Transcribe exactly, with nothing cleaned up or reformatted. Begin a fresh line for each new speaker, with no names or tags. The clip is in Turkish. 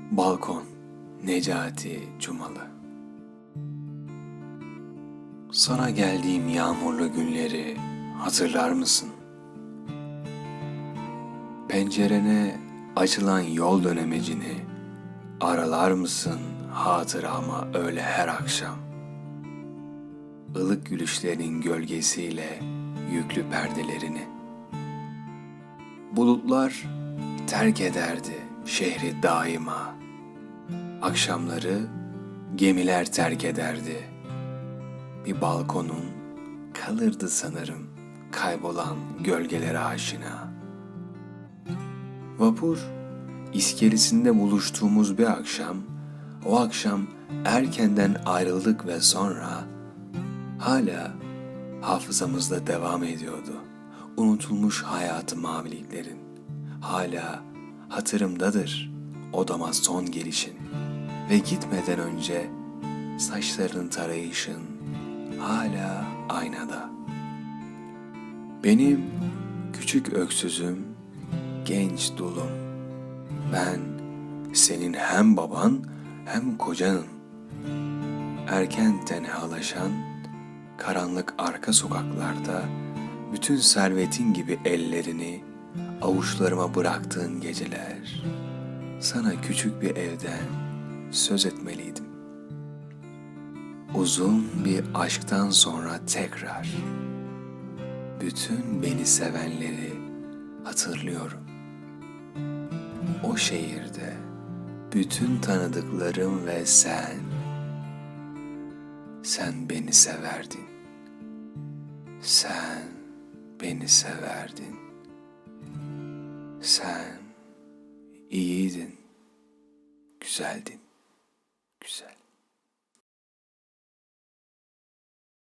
Balkon, Necati Cumalı. Sana geldiğim yağmurlu günleri hatırlar mısın? Pencerene açılan yol dönemecini aralar mısın hatırama öyle her akşam? Ilık gülüşlerin gölgesiyle yüklü perdelerini. Bulutlar terk ederdi şehri daima. Akşamları gemiler terk ederdi. Bir balkonun kalırdı sanırım kaybolan gölgelere aşina. Vapur iskelesinde buluştuğumuz bir akşam, o akşam erkenden ayrıldık ve sonra hala hafızamızda devam ediyordu. Unutulmuş hayatı maviliklerin. Hala hatırımdadır odama son gelişin ve gitmeden önce saçlarını tarayışın hala aynada. Benim küçük öksüzüm, genç dulum. Ben senin hem baban hem kocanın. Erken tenhalaşan, karanlık arka sokaklarda bütün servetin gibi ellerini avuçlarıma bıraktığın geceler. Sana küçük bir evden söz etmeliydim. Uzun bir aşktan sonra tekrar bütün beni sevenleri hatırlıyorum. O şehirde bütün tanıdıklarım ve sen, sen beni severdin. Sen beni severdin. Sen iyiydin, güzeldin, güzel.